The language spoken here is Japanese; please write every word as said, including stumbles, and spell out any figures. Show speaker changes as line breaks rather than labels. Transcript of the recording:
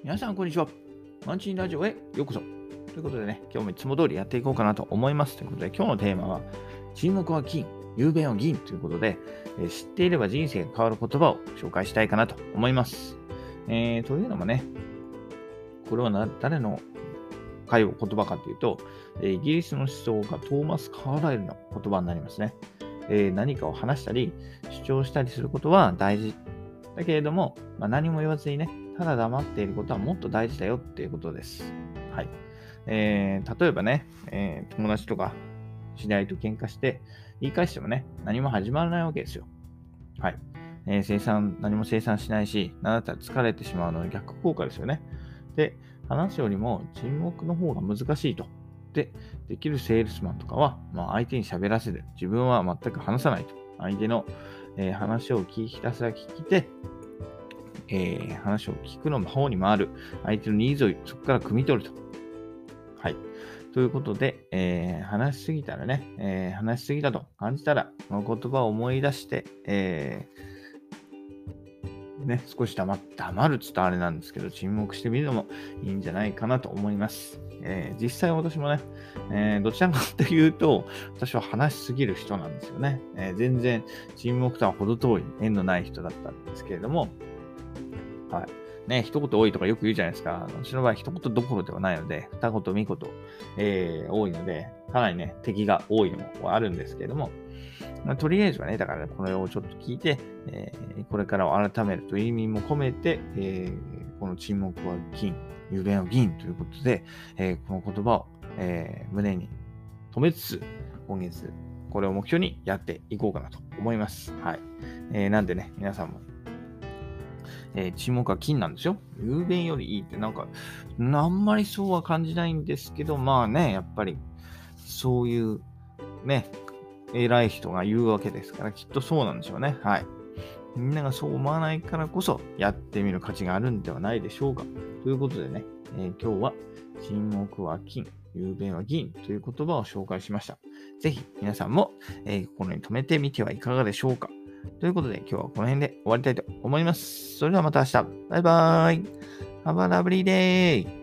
皆さん、こんにちは。マンチンラジオへようこそ。ということでね、今日もいつも通りやっていこうかなと思います。ということで、今日のテーマは、沈黙は金、雄弁は銀ということで、えー知っていれば人生が変わる言葉を紹介したいかなと思います。えー、というのもね、これはな誰の会話言葉かというと、えーイギリスの思想家トーマス・カーライルの言葉になりますね。えー何かを話したり、主張したりすることは大事。だけれども、まあ、何も言わずにね、ただ黙っていることはもっと大事だよっていうことです。はい。えー例えばね、えー友達とか知り合いと喧嘩して、言い返してもね、何も始まらないわけですよ。はい。えー生産、何も生産しないし、なんだったら疲れてしまうので逆効果ですよね。で、話すよりも沈黙の方が難しいと。で、できるセールスマンとかは、まあ、相手に喋らせて、自分は全く話さないと。相手の、えー話を聞きひたすら聞いて、えー話を聞くの方に回る。相手のニーズをそこから汲み取ると。はい。ということで、えー話しすぎたらね、えー話しすぎだと感じたら、その言葉を思い出して、えーね、少し黙黙るっつったらあれなんですけど、沈黙してみるのもいいんじゃないかなと思います。えー実際私もね、えーどちらかというと、私は話しすぎる人なんですよね。えー全然沈黙とは程遠い縁のない人だったんですけれども、はい。ね、一言多いとかよく言うじゃないですか。私の場合、一言どころではないので、二言、三言、えー多いので、かなりね、敵が多いのもあるんですけれども、まあ、とりあえずはね、だからね、これをちょっと聞いて、えーこれからを改めるという意味も込めて、えーこの沈黙は金、雄弁は銀ということで、えーこの言葉を、えー胸に留めつつ、今月、これを目標にやっていこうかなと思います。はい。えーなんでね、皆さんも、えー沈黙は金なんですよ。雄弁よりいいってなんか、あんまりそうは感じないんですけど、まあね、やっぱり、そういうね、偉い人が言うわけですから、きっとそうなんでしょうね。はい。みんながそう思わないからこそ、やってみる価値があるんではないでしょうか。ということでね、えー今日は、沈黙は金、雄弁は銀という言葉を紹介しました。ぜひ皆さんも、えー心に留めてみてはいかがでしょうか。ということで、今日はこの辺で終わりたいと思います。それではまた明日。バイバーイ。Have a lovely day!